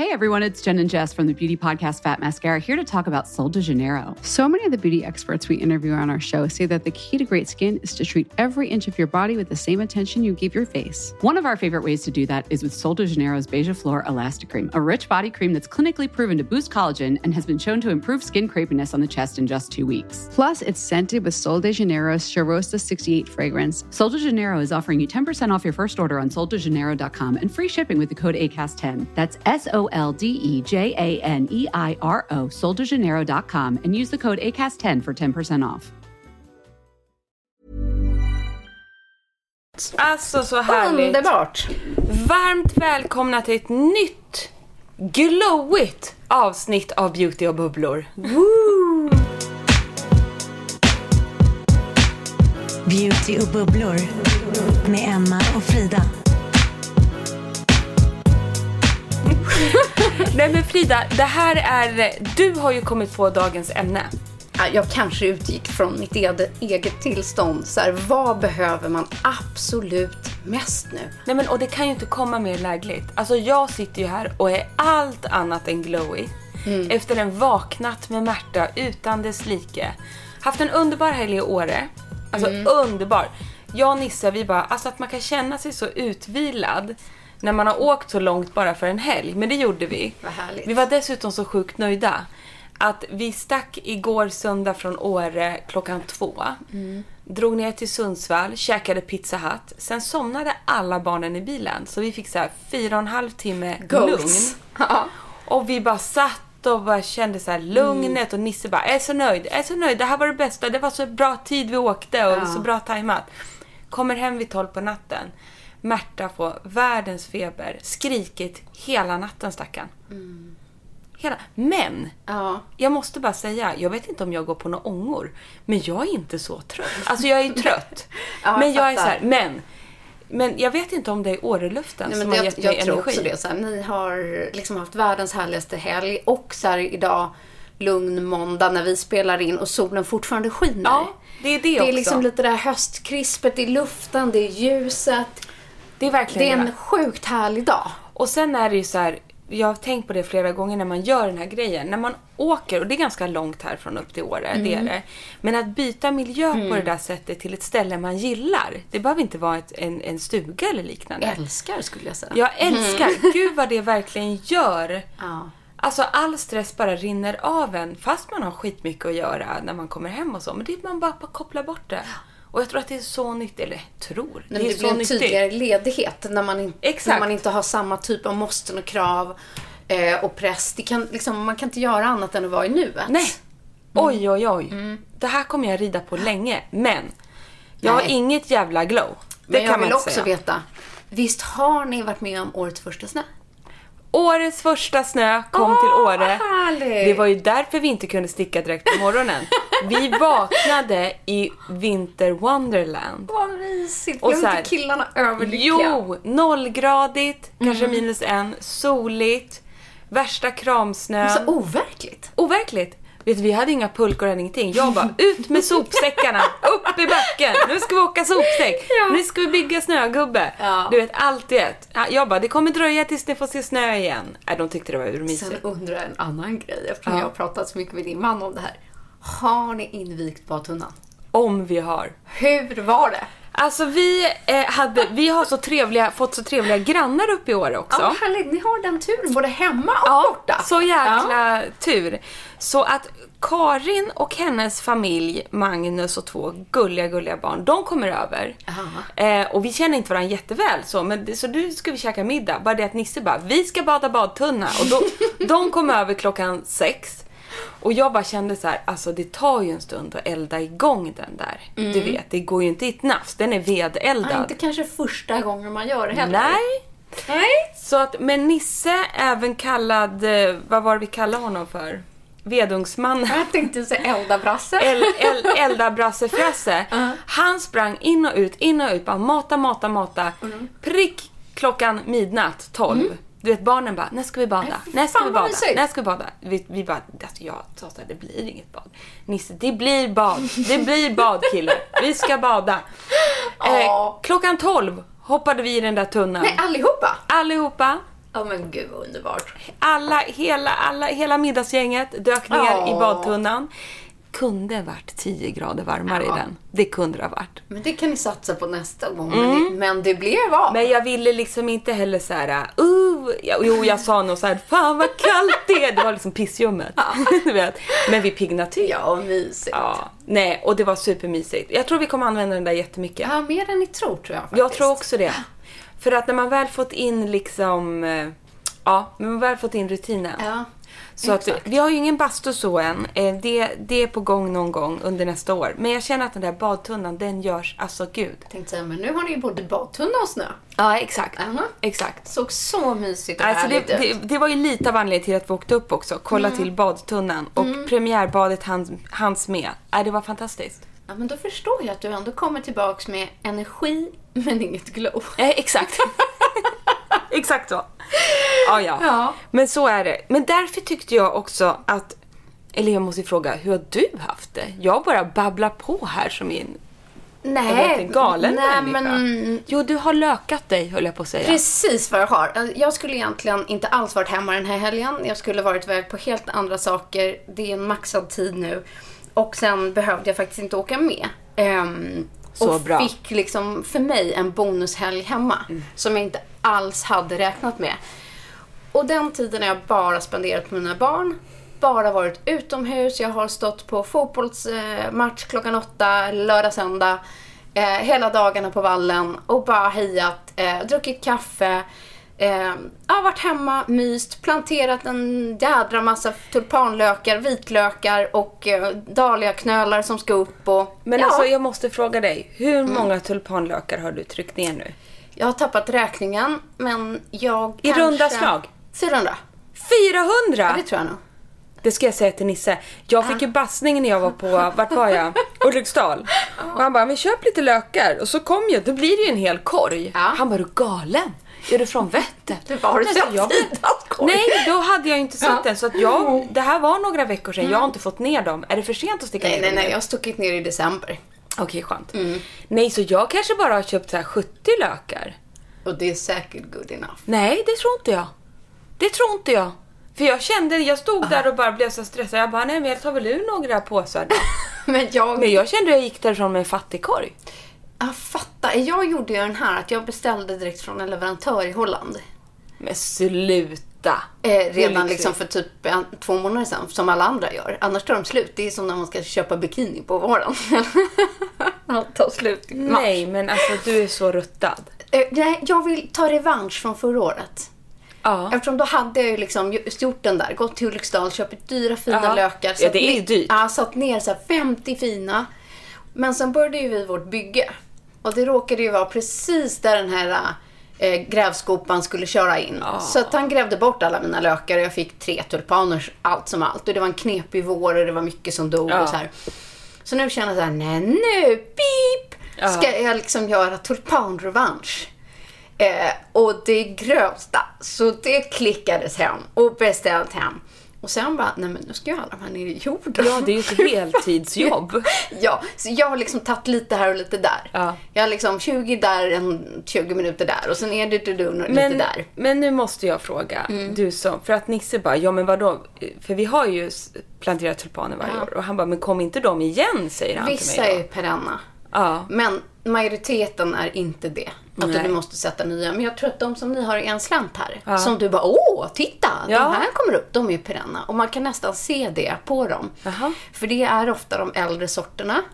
Hey everyone, it's Jen and Jess from the beauty podcast Fat Mascara here to talk about Sol de Janeiro. So many of the beauty experts we interview on our show say that the key to great skin is to treat every inch of your body with the same attention you give your face. One of our favorite ways to do that is with Sol de Janeiro's Beija Flor Elastic Cream, a rich body cream that's clinically proven to boost collagen and has been shown to improve skin crepiness on the chest in just 2 weeks. Plus, it's scented with Sol de Janeiro's Charosta 68 fragrance. Sol de Janeiro is offering you 10% off your first order on soldejaneiro.com and free shipping with the code ACAST10. That's SOLDEJANEIRO, soldejaneiro.com, and use the code ACAST10 for 10% off. Alltså så härligt. Underbart. Varmt välkomna till ett nytt glowigt avsnitt av Beauty och bubblor. Woo! Beauty och bubblor med Emma och Frida. Nej men Frida, det här är... Du har ju kommit på dagens ämne. Jag kanske utgick från mitt eget tillstånd. Så här, vad behöver man absolut mest nu? Nej men, och det kan ju inte komma mer lägligt. Alltså jag sitter ju här och är allt annat än glowy. Efter en vaknat med Märta utan dess like. Haft en underbar helg i Åre. Alltså underbar. Jag och Nisse, vi bara, alltså att man kan känna sig så utvilad när man har åkt så långt bara för en helg. Men det gjorde vi. Vad härligt. Vi var dessutom så sjukt nöjda att vi stack igår söndag från Åre 2:00. Drog ner till Sundsvall, käkade Pizza Hut. Sen somnade alla barnen i bilen. Så vi fick så här 4,5 timme lugn. Och vi bara satt och bara kände så här lugnet. Och Nisse bara, jag är så nöjd. Det här var det bästa. Det var så bra tid vi åkte och så bra tajmat. Kommer hem vid 12 på natten. Märta får världens feber. Skrikit hela natten, stackarn. Men jag måste bara säga, jag vet inte om jag går på några ångor, men jag är inte så trött. Alltså jag är trött. Men jag är så här, men jag vet inte om det är Åreluften. Nej, som men har gett mig energi. Jag tror också det. Så här, ni har liksom haft världens härligaste helg. Och så här, idag lugn måndag när vi spelar in och solen fortfarande skiner. Ja, det är det också. Det är liksom lite det här höstkrispet i luften, det är ljuset. Det är verkligen det är en sjukt härlig dag. Och sen är det ju så här, jag har tänkt på det flera gånger när man gör den här grejen. När man åker, och det är ganska långt härifrån upp till Åre, det är det. Men att byta miljö på det där sättet till ett ställe man gillar. Det behöver inte vara en stuga eller liknande. Älskar skulle jag säga. Jag älskar. Gud vad det verkligen gör. Ja. Alltså all stress bara rinner av en. Fast man har skitmycket att göra när man kommer hem och så. Men det är man bara kopplar bort det. Och jag tror att det är så nyttigt. Eller tror. Det är så blir en nyttigt. tydligare ledighet när man inte har samma typ av måsten och krav och press. Det kan, liksom, man kan inte göra annat än att vara i nuet. Nej. Oj. Det här kommer jag rida på länge. Men jag har inget jävla glow. Det men kan jag man vill också säga. veta. Visst har ni varit med om årets första snö? Årets första snö kom till Åre. Härligt. Det var ju därför vi inte kunde sticka direkt på morgonen. Vi vaknade i Winter Wonderland. Vad mysigt. Och Och så här, killarna överlyckliga. Jo, 0-gradigt, kanske -1, soligt, värsta kramsnön. Så overkligt. Overkligt. Vet du, vi hade inga pulkor eller ingenting. Jag bara, ut med sopsäckarna, upp i backen. Nu ska vi åka sopsäck. Nu ska vi bygga snögubbe. Ja. Du vet, allt i ett. Jag bara, det kommer dröja tills ni får se snö igen. De tyckte det var urmysigt. Sen undrar jag en annan grej. Eftersom jag har pratat så mycket med din man om det här. Har ni invigt badtunnan? Om vi har. Hur var det? Alltså vi har fått så trevliga grannar uppe i år också. Ja, härligt. Ni har den turen både hemma och borta. Så jäkla tur. Så att Karin och hennes familj, Magnus och 2 gulliga barn, de kommer över. Och vi känner inte varandra jätteväl så nu ska vi käka middag. Bara det att Nisse bara, vi ska bada badtunna. Och de kom över 6:00. Och jag bara kände så här, alltså det tar ju en stund att elda igång den där. Du vet, det går ju inte i ett nafs. Den är vedeldad. Inte kanske första gången man gör det heller. Nej. Så att, men Nisse, även kallad, vad var det vi kallade honom för? Vedungsmannen. Jag tänkte säga eldabrasse. Eldabrassefrasse. Han sprang in och ut, bara mata. Prick klockan midnatt, 12. Du vet, barnen bara, när ska vi bada? När ska vi bada? Vi bara, alltså jag sa så här, det blir inget bad. Nisse, det blir bad kille. Vi ska bada. Klockan 12 hoppade vi i den där tunnan. Nej, allihopa. Ja, men gud vad underbart. Hela middagsgänget dök ner i badtunnan. Kunde varit 10 grader varmare i den. Det kunde det ha varit. Men det kan ni satsa på nästa gång. Men det blev av. Men jag ville liksom inte heller så här. Jo, jag sa nog så här. Fan vad kallt det är. Det var liksom pissjummet. Du vet. Men vi piggna till. Ja, mysigt. Ja, nej, och det var supermysigt. Jag tror vi kommer använda den där jättemycket. Ja, mer än ni tror jag faktiskt. Jag tror också det. För att när man väl fått in liksom... när man väl fått in rutinen. Ja. Så att, vi har ju ingen bastu så än. Det är på gång någon gång under nästa år. Men jag känner att den där badtunnan, den görs, alltså gud. Jag tänkte säga, men nu har ni ju både badtunna och snö. Ja, exakt. Exakt. Såg så mysigt och alltså härligt ut. Det var ju lite av anledningen till att vi åkte upp också. Kolla till badtunnan. Och premiärbadet hanns med. Det var fantastiskt. Ja, men då förstår jag att du ändå kommer tillbaks med energi, men inget glow. Exakt. Exakt så. Ja. Men så är det. Men därför tyckte jag också att... Eller jag måste fråga, hur har du haft det? Jag bara babblar på här som en... Nej, galen men... Jo, du har lökat dig, höll jag på att säga. Precis vad jag har. Jag skulle egentligen inte alls varit hemma den här helgen. Jag skulle varit iväg på helt andra saker. Det är en maxad tid nu. Och sen behövde jag faktiskt inte åka med. Så och bra. Fick liksom för mig en bonushelg hemma. Som jag inte alls hade räknat med. Och den tiden har jag bara spenderat med mina barn. Bara varit utomhus. Jag har stått på fotbollsmatch klockan 8, lördag, söndag. Hela dagarna på vallen. Och bara hejat. Druckit kaffe. Har varit hemma, myst. Planterat en jädra massa tulpanlökar, vitlökar och dahliaknölar som ska upp. Men alltså jag måste fråga dig. Hur många tulpanlökar har du tryckt ner nu? Jag har tappat räkningen. Men jag I runda slag? 400. 400? Ja, det tror jag nog. Det ska jag säga till Nisse. Jag fick ju bassning när jag var på, vart var jag? Ulriksdal. Och han bara, men köp lite lökar. Och så kom jag, då blir det ju en hel korg. Ja. Han bara, du galen? Är du från Vättet? Har du sett Fridas korg? Nej, då hade jag inte sett den. Så att det här var några veckor sedan. Jag har inte fått ner dem. Är det för sent att sticka ner dem? Nej, jag har stuckit ner i december. Okej, skönt. Nej, så jag kanske bara har köpt så här 70 lökar. Och det är säkert good enough. Nej, det tror inte jag. För jag stod där och bara blev så stressad. Jag bara, nej men jag tar väl ur några påsar då. Men jag kände att jag gick därifrån med en fattigkorg. Jag fattar. Jag gjorde ju den här att jag beställde direkt från en leverantör i Holland. Men sluta. Redan liksom för typ 2 månader sedan, som alla andra gör. Annars tar de slut. Det är som när man ska köpa bikini på våren. Allt tar slut i mars. Nej, men alltså du är så ruttad. Nej, jag vill ta revansch från förra året. Ja. Eftersom då hade jag ju liksom gjort den där. Gått till Ulriksdal, köpt dyra fina lökar. Ja, det är ju dyrt. Ja, satt ner så här 50 fina. Men sen började ju vi vårt bygge. Och det råkade ju vara precis där den här grävskopan skulle köra in. Så att han grävde bort alla mina lökar och jag fick 3 tulpaner allt som allt. Och det var en knepig vår och det var mycket som dog och så här. Så nu känner jag så här, nej nu, pip! Ska jag liksom göra tulpanrevansch. Och det grövsta. Så det klickades hem och beställt hem. Och sen bara, nej men nu ska jag alla de här ner i jorden. Ja, det är ju ett heltidsjobb. Ja, så jag har liksom tagit lite här och lite där. Ja. Jag har liksom 20 där, 20 minuter där. Och sen är det lite där. Men nu måste jag fråga, du som, för att Nisse bara, ja men vadå? För vi har ju planterat tulpaner varje år. Och han bara, men kom inte de igen, säger han till mig. Vissa är perenna. Ja. Men majoriteten är inte det. Att du måste sätta nya. Men jag tror att de som ni har i en slant här. Som du bara, titta. De här kommer upp. De är ju perenna. Och man kan nästan se det på dem. För det är ofta de äldre sorterna.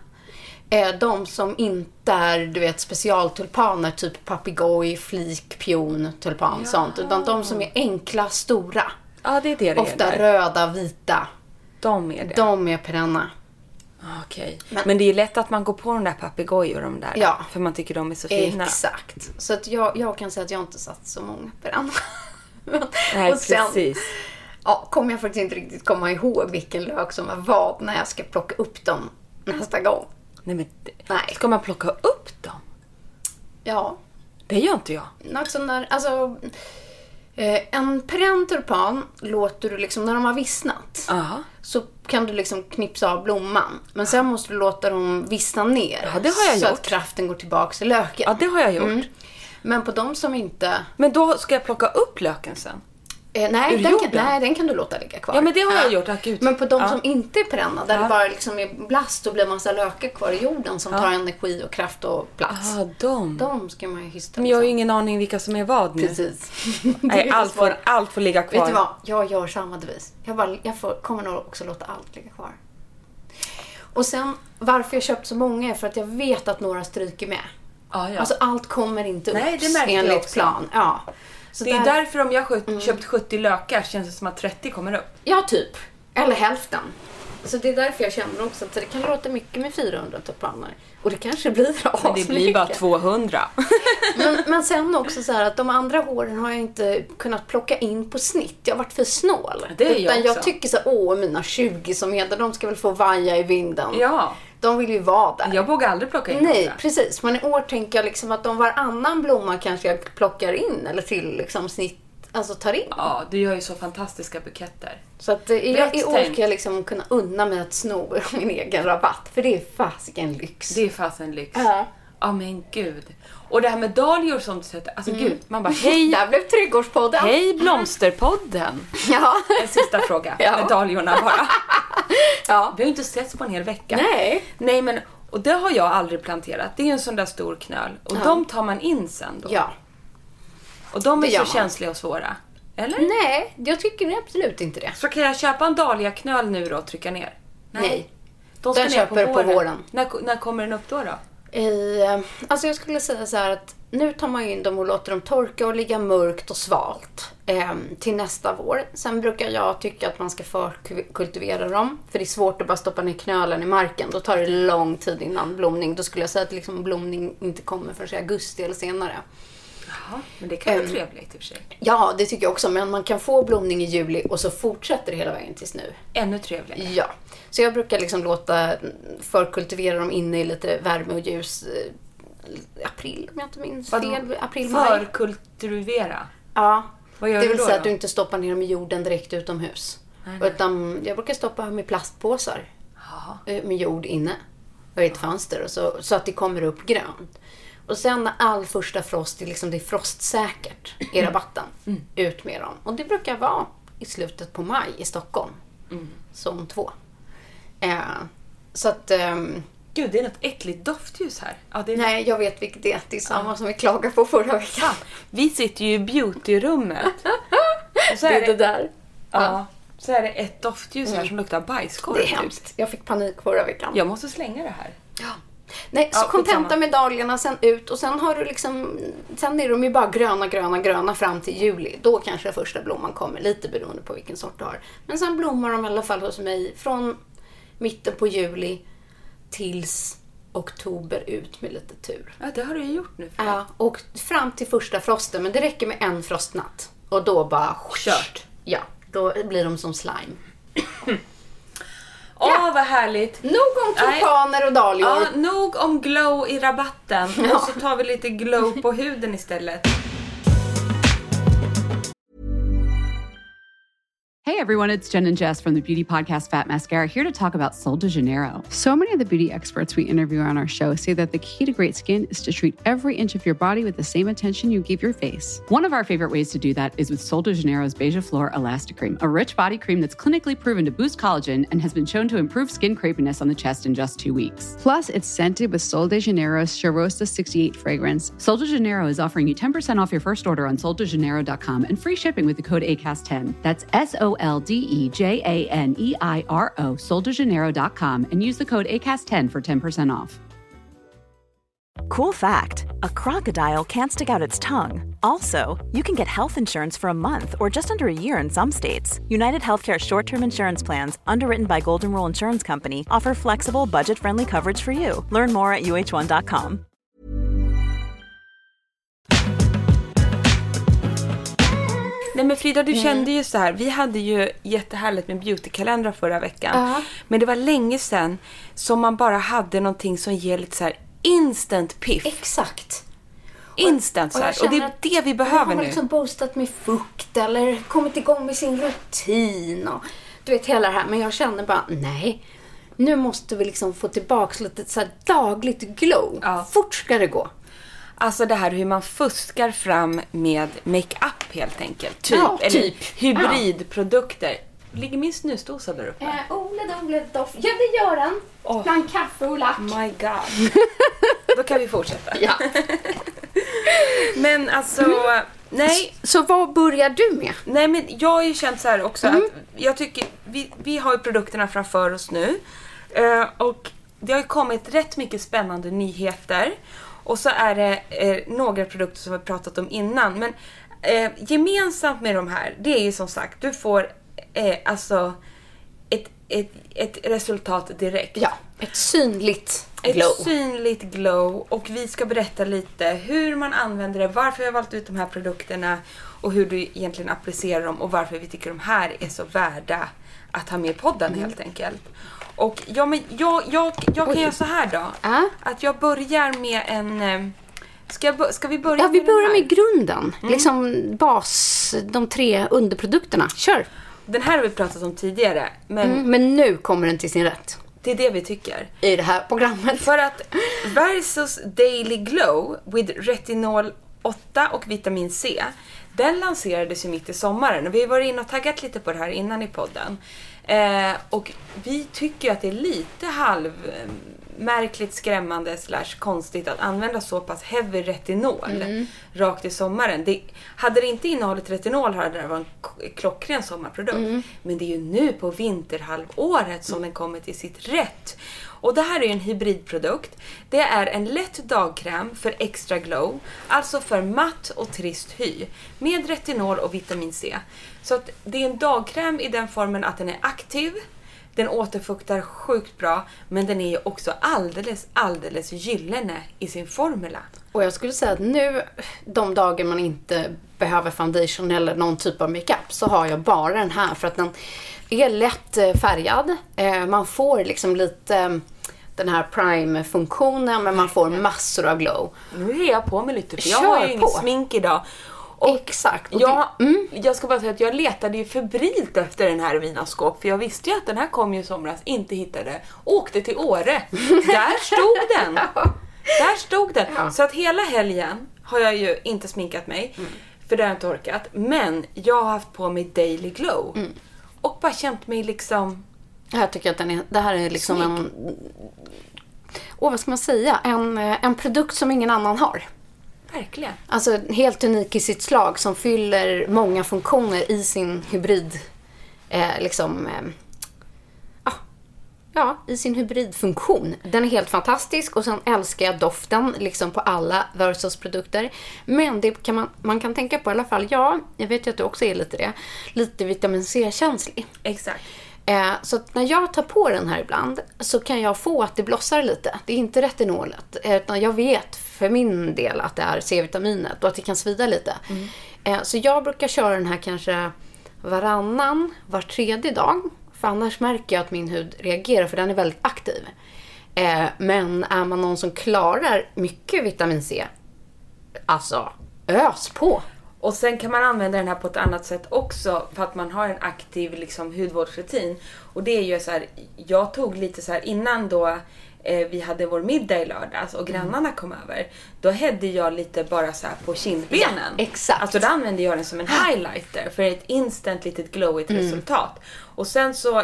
De som inte är, du vet, specialtulpaner. Typ papegoj, flik, pion, tulpan, sånt. Utan de som är enkla, stora. Ja, det är det. Ofta röda, vita. De är det. De är perenna. Okej. Men det är ju lätt att man går på de där papegojor och de där. Ja. För man tycker de är så fina. Exakt. Så att jag kan säga att jag inte satt så många perenna. Nej, och sen, precis. Ja, kommer jag faktiskt inte riktigt komma ihåg vilken lök som var vad när jag ska plocka upp dem nästa gång. Nej. Ska man plocka upp dem? Ja. Det gör inte jag. Något sån där, alltså... En perenn tulpan låter du liksom, när de har vissnat, så kan du liksom knipsa av blomman. Men sen måste du låta dem vissna ner. Ja, det har jag gjort. Så att kraften går tillbaka till löken. Ja, det har jag gjort. Men på de som inte... Men då ska jag plocka upp löken sen? Den kan du låta ligga kvar. Ja, men det har jag gjort. Men på de som inte är perenna, där det bara liksom är blast och blir massa lökar kvar i jorden som tar energi och kraft och plats. De ska man ju hysta. Men jag har ju ingen aning vilka som är vad nu. Precis. Nej, allt får ligga kvar. Vet du vad? Jag gör samma devis. Kommer nog också låta allt ligga kvar. Och sen, varför jag köpt så många är för att jag vet att några stryker med. Alltså allt kommer inte upp enligt plan. Ja. Så det är därför om jag köpt 70 lökar känns det som att 30 kommer upp. Ja, typ. Eller hälften. Så det är därför jag känner också att det kan låta mycket med 400 tulpaner. Och det kanske blir men det blir bara 200. men sen också så här att de andra håren har jag inte kunnat plocka in på snitt. Jag har varit för snål. Det är jag tycker så här, mina 20 som heter, de ska väl få vaja i vinden. Ja. De vill ju vara där. Jag vågar aldrig plocka in Nej, några. precis. Men i år tänker jag liksom att om varannan blomma kanske jag plockar in eller till liksom snitt, alltså tar in. Ja, du gör ju så fantastiska buketter. Så att i år ska jag liksom kunna unna mig att sno min egen rabatt. För det är fasiken lyx. Det är fasiken lyx. Ja. Ja, men gud. Och det här med dahlior som du säger, alltså gud, man bara hej. Där blev trädgårdspodden. Hej blomsterpodden. Ja. En sista fråga med dahliorna bara. Ja. Vi har ju inte setts på en hel vecka. Nej, men och det har jag aldrig planterat. Det är en sån där stor knöl. Och de tar man in sen då. Ja. Och de är så känsliga och svåra. Eller? Nej, jag tycker absolut inte det. Så kan jag köpa en dahlia-knöl nu då och trycka ner? Nej. De ska den ner köper på våren. När kommer den upp då? Alltså jag skulle säga så här att nu tar man in dem och låter dem torka och ligga mörkt och svalt till nästa vår. Sen brukar jag tycka att man ska förkultivera dem. För det är svårt att bara stoppa ner knölen i marken. Då tar det lång tid innan blomning. Då skulle jag säga att liksom blomning inte kommer förrän augusti eller senare. Jaha, men det kan vara trevligt i och för sig. Ja, det tycker jag också. Men man kan få blomning i juli och så fortsätter det hela vägen tills nu. Ännu trevligare. Ja, så jag brukar liksom låta förkultivera dem inne i lite värme och ljus april, om jag inte minns fel. April-maj. Förkultivera? Ja, vad gör det vill du då säga att du inte stoppar ner dem i jorden direkt utomhus. Nej. Utan jag brukar stoppa dem i plastpåsar med jord inne och i ett fönster och så att det kommer upp grönt. Och sen när all första frost, det är frostsäkert i rabatten, ut med dem. Och det brukar vara i slutet på maj i Stockholm. Zon 2. Så att... Gud, det är något äckligt doftljus här. Ja, det är... Nej, jag vet vilket det är. Det är samma som vi klagade på förra veckan. Vi sitter ju i beautyrummet. Och så är det där. Ja. Så är det ett doftljus här som luktar bajskorv. Det är hemskt. Jag fick panik förra veckan. Jag måste slänga det här. Ja. Nej, så kontenta medaljerna sen ut och sen har du sen är de ju bara gröna fram till juli. Då kanske första blomman kommer, lite beroende på vilken sort du har. Men sen blommar de i alla fall hos mig från mitten på juli tills oktober ut med lite tur. Ja, det har du ju gjort nu. Ja, och fram till första frosten, men det räcker med en frostnatt. Och då bara kört. Ja, då blir de som slime. Åh, vad härligt. Nog om tulpaner och dahlior. Ja, nog om glow i rabatten. Ja. Och så tar vi lite glow på huden istället. Hey everyone, it's Jen and Jess from the beauty podcast Fat Mascara here to talk about Sol de Janeiro. So many of the beauty experts we interview on our show say that the key to great skin is to treat every inch of your body with the same attention you give your face. One of our favorite ways to do that is with Sol de Janeiro's Beija Flor Elastic Cream, a rich body cream that's clinically proven to boost collagen and has been shown to improve skin crepiness on the chest in just 2 weeks. Plus, it's scented with Sol de Janeiro's Charosta 68 fragrance. Sol de Janeiro is offering you 10% off your first order on soldejaneiro.com and free shipping with the code ACAST10. That's SOLDEJANEIRO, soldejaneiro.com, and use the code ACAST10 for 10% off. Cool fact, a crocodile can't stick out its tongue. Also, you can get health insurance for a month or just under a year in some states. United Healthcare short-term insurance plans, underwritten by Golden Rule Insurance Company, offer flexible, budget-friendly coverage for you. Learn more at uh1.com. Nej men Frida, du kände ju så här. Vi hade ju jättehärligt med beautykalendrar förra veckan. Men det var länge sedan som man bara hade någonting som ger lite så här instant piff. Exakt. Instant så här. Och det är det vi behöver nu. Man har liksom boostat med fukt eller kommit igång med sin rutin och du vet hela det här. Men jag känner bara, nej. Nu måste vi liksom få tillbaka lite så här dagligt glow. Fort ska det gå. Alltså det här hur man fuskar fram med make-up helt enkelt. Eller hybridprodukter. Ligger min snusdosa där uppe? Ole doft. Ja, det gör den. Bland kaffe och lack. My God. Då kan vi fortsätta. Ja. Men alltså, nej. Så vad börjar du med? Nej, men jag har ju känt så här också att jag tycker, vi har ju produkterna framför oss nu. Och det har ju kommit rätt mycket spännande nyheter. Och så är det några produkter som vi pratat om innan. Men gemensamt med de här, det är ju som sagt, du får alltså ett resultat direkt. Ja, ett synligt glow. Ett synligt glow. Och vi ska berätta lite hur man använder det, varför jag har valt ut de här produkterna och hur du egentligen applicerar dem och varför vi tycker de här är så värda att ha med i podden helt enkelt. Och jag kan göra så här då. Att jag börjar med en... Ska vi börja med vi börjar med grunden. Liksom de 3 underprodukterna. Kör! Den här har vi pratat om tidigare. Men nu kommer den till sin rätt. Det är det vi tycker. I det här programmet. För att Versus Daily Glow with Retinol 8 och vitamin C, den lanserades ju mitt i sommaren. Och vi har varit inne och taggat lite på det här innan i podden. Och vi tycker att det är lite halvmärkligt, skrämmande / konstigt att använda så pass heavy retinol rakt i sommaren. Hade det inte innehållit retinol hade det varit en klockren sommarprodukt. Men det är ju nu på vinterhalvåret som den kommer till sitt rätt. Och det här är en hybridprodukt. Det är en lätt dagkräm för extra glow. Alltså för matt och trist hy. Med retinol och vitamin C. Så att det är en dagkräm i den formen att den är aktiv. Den återfuktar sjukt bra. Men den är ju också alldeles gyllene i sin formula. Och jag skulle säga att nu, de dagar man inte behöver foundation eller någon typ av makeup, så har jag bara den här. För att den är lätt färgad. Man får liksom lite den här prime-funktionen, men man får massor av glow. Nu är jag på mig lite, för jag har ju ingen smink idag. Och exakt. Jag ska bara säga att jag letade ju febrilt efter den här i mina skåp. För jag visste ju att den här kom ju i somras, inte hittade. Åkte till Åre. Där stod den. Där stod den. Ja. Så att hela helgen har jag ju inte sminkat mig. För det har jag inte orkat. Men jag har haft på mig Daily Glow. Och bara känt mig liksom... Jag tycker att det här är liksom vad ska man säga? En produkt som ingen annan har. Verkligen. Alltså helt unik i sitt slag, som fyller många funktioner i sin hybrid i sin hybridfunktion. Den är helt fantastisk, och sen älskar jag doften liksom på alla Versus-produkter. Men det kan man kan tänka på i alla fall. Ja, jag vet ju att du också är lite vitamin C-känslig. Exakt. Så att när jag tar på den här ibland så kan jag få att det blossar lite. Det är inte retinolet, utan jag vet för min del att det är C-vitaminet och att det kan svida lite. Så jag brukar köra den här kanske var 3:e dag. För annars märker jag att min hud reagerar, för den är väldigt aktiv. Men är man någon som klarar mycket vitamin C, alltså ös på. Och sen kan man använda den här på ett annat sätt också, för att man har en aktiv liksom hudvårdsrutin. Och det är ju så här, jag tog lite så här innan då vi hade vår middag i lördags och grannarna kom över. Då hade jag lite bara så här på kindbenen. Ja, exakt. Alltså då använde jag den som en highlighter för ett instant litet glowigt resultat. Och sen så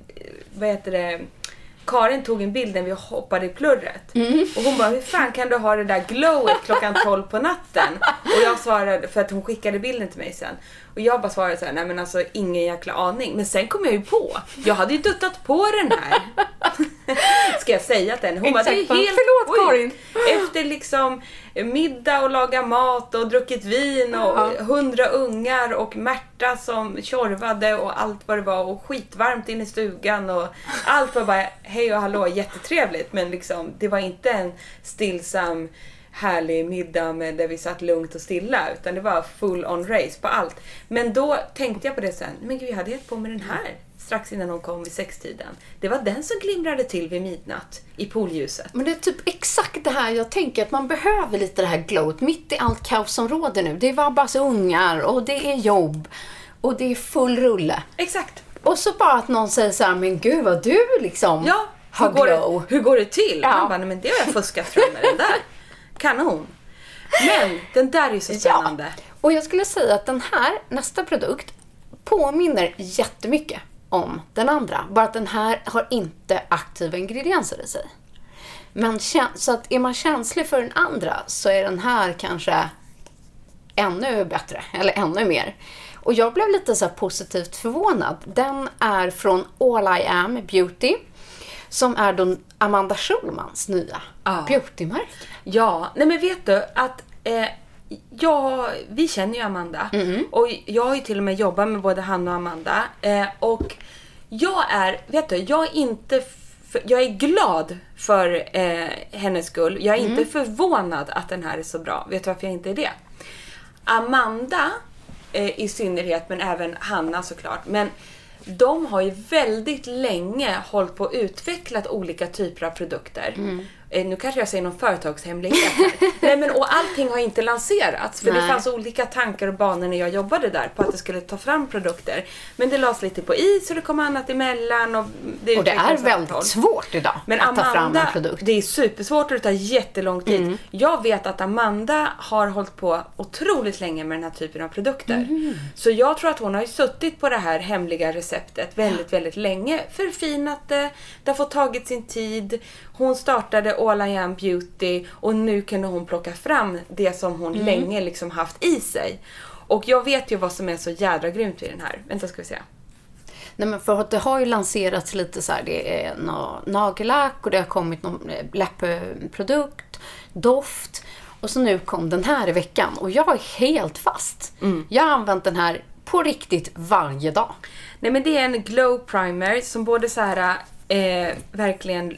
Karin tog en bild när vi hoppade i plurret. Och hon bara, hur fan kan du ha det där glowet klockan 12 på natten? Och jag svarade, för att hon skickade bilden till mig sen. Och jag bara svarade så här, nej men alltså ingen jäkla aning. Men sen kom jag ju på, jag hade ju duttat på den här. Ska jag säga att den? Hon bara, det är helt... Förlåt Karin. Efter liksom middag och laga mat och druckit vin och 100 ungar och Märta som tjorvade och allt vad det var och skitvarmt in i stugan och allt var bara hej och hallå, jättetrevligt, men liksom det var inte en stillsam härlig middag med där vi satt lugnt och stilla, utan det var full on race på allt. Men då tänkte jag på det sen, men gud, jag hade gett på med den här strax innan hon kom vid 6-tiden. Det var den som glimrade till vid midnatt i pooljuset. Men det är typ exakt det här jag tänker, att man behöver lite det här glowet mitt i allt kaos som råder nu. Det var bara så ungar och det är jobb och det är full rulle. Exakt. Och så bara att någon säger så här, men gud vad du liksom hur går det till? Ja. Man bara, nej, men det har jag fuskat fram med den där. Kanon. Men den där är ju så spännande. Ja. Och jag skulle säga att den här, nästa produkt, påminner jättemycket om den andra. Bara att den här har inte aktiva ingredienser i sig. Men så att är man känslig för den andra så är den här kanske ännu bättre. Eller ännu mer. Och jag blev lite så här positivt förvånad. Den är från All I Am Beauty. Som är då Amanda Schulmans nya beautymärke. Ja, nej men vet du att vi känner ju Amanda. Och jag har ju till och med jobbat med både Hanna och Amanda. Och jag är glad för hennes skull. Jag är inte förvånad att den här är så bra. Vet du varför jag inte är det? Amanda i synnerhet, men även Hanna såklart. Men de har ju väldigt länge hållit på att utveckla olika typer av produkter. Nu kanske jag säger någon företagshemlighet här. Nej, men, och allting har inte lanserats. För det fanns olika tankar och banor när jag jobbade där på att det skulle ta fram produkter. Men det lades lite på is och det kom annat emellan. Och det är väldigt svårt idag men att ta fram en produkt. Det är supersvårt och det tar jättelång tid. Jag vet att Amanda har hållit på otroligt länge med den här typen av produkter. Så jag tror att hon har ju suttit på det här hemliga receptet väldigt, väldigt länge. Förfinat det. Det har fått tagit sin tid. Hon startade All I Am Beauty och nu kunde hon plocka fram det som hon länge liksom haft i sig. Och jag vet ju vad som är så jädra grymt i den här. Vänta, ska vi se. Nej, men för att det har ju lanserats lite så här, det är nagellack och det har kommit någon läppprodukt, doft och så nu kom den här i veckan och jag är helt fast. Jag har använt den här på riktigt varje dag. Nej, men det är en glow primer som både så här verkligen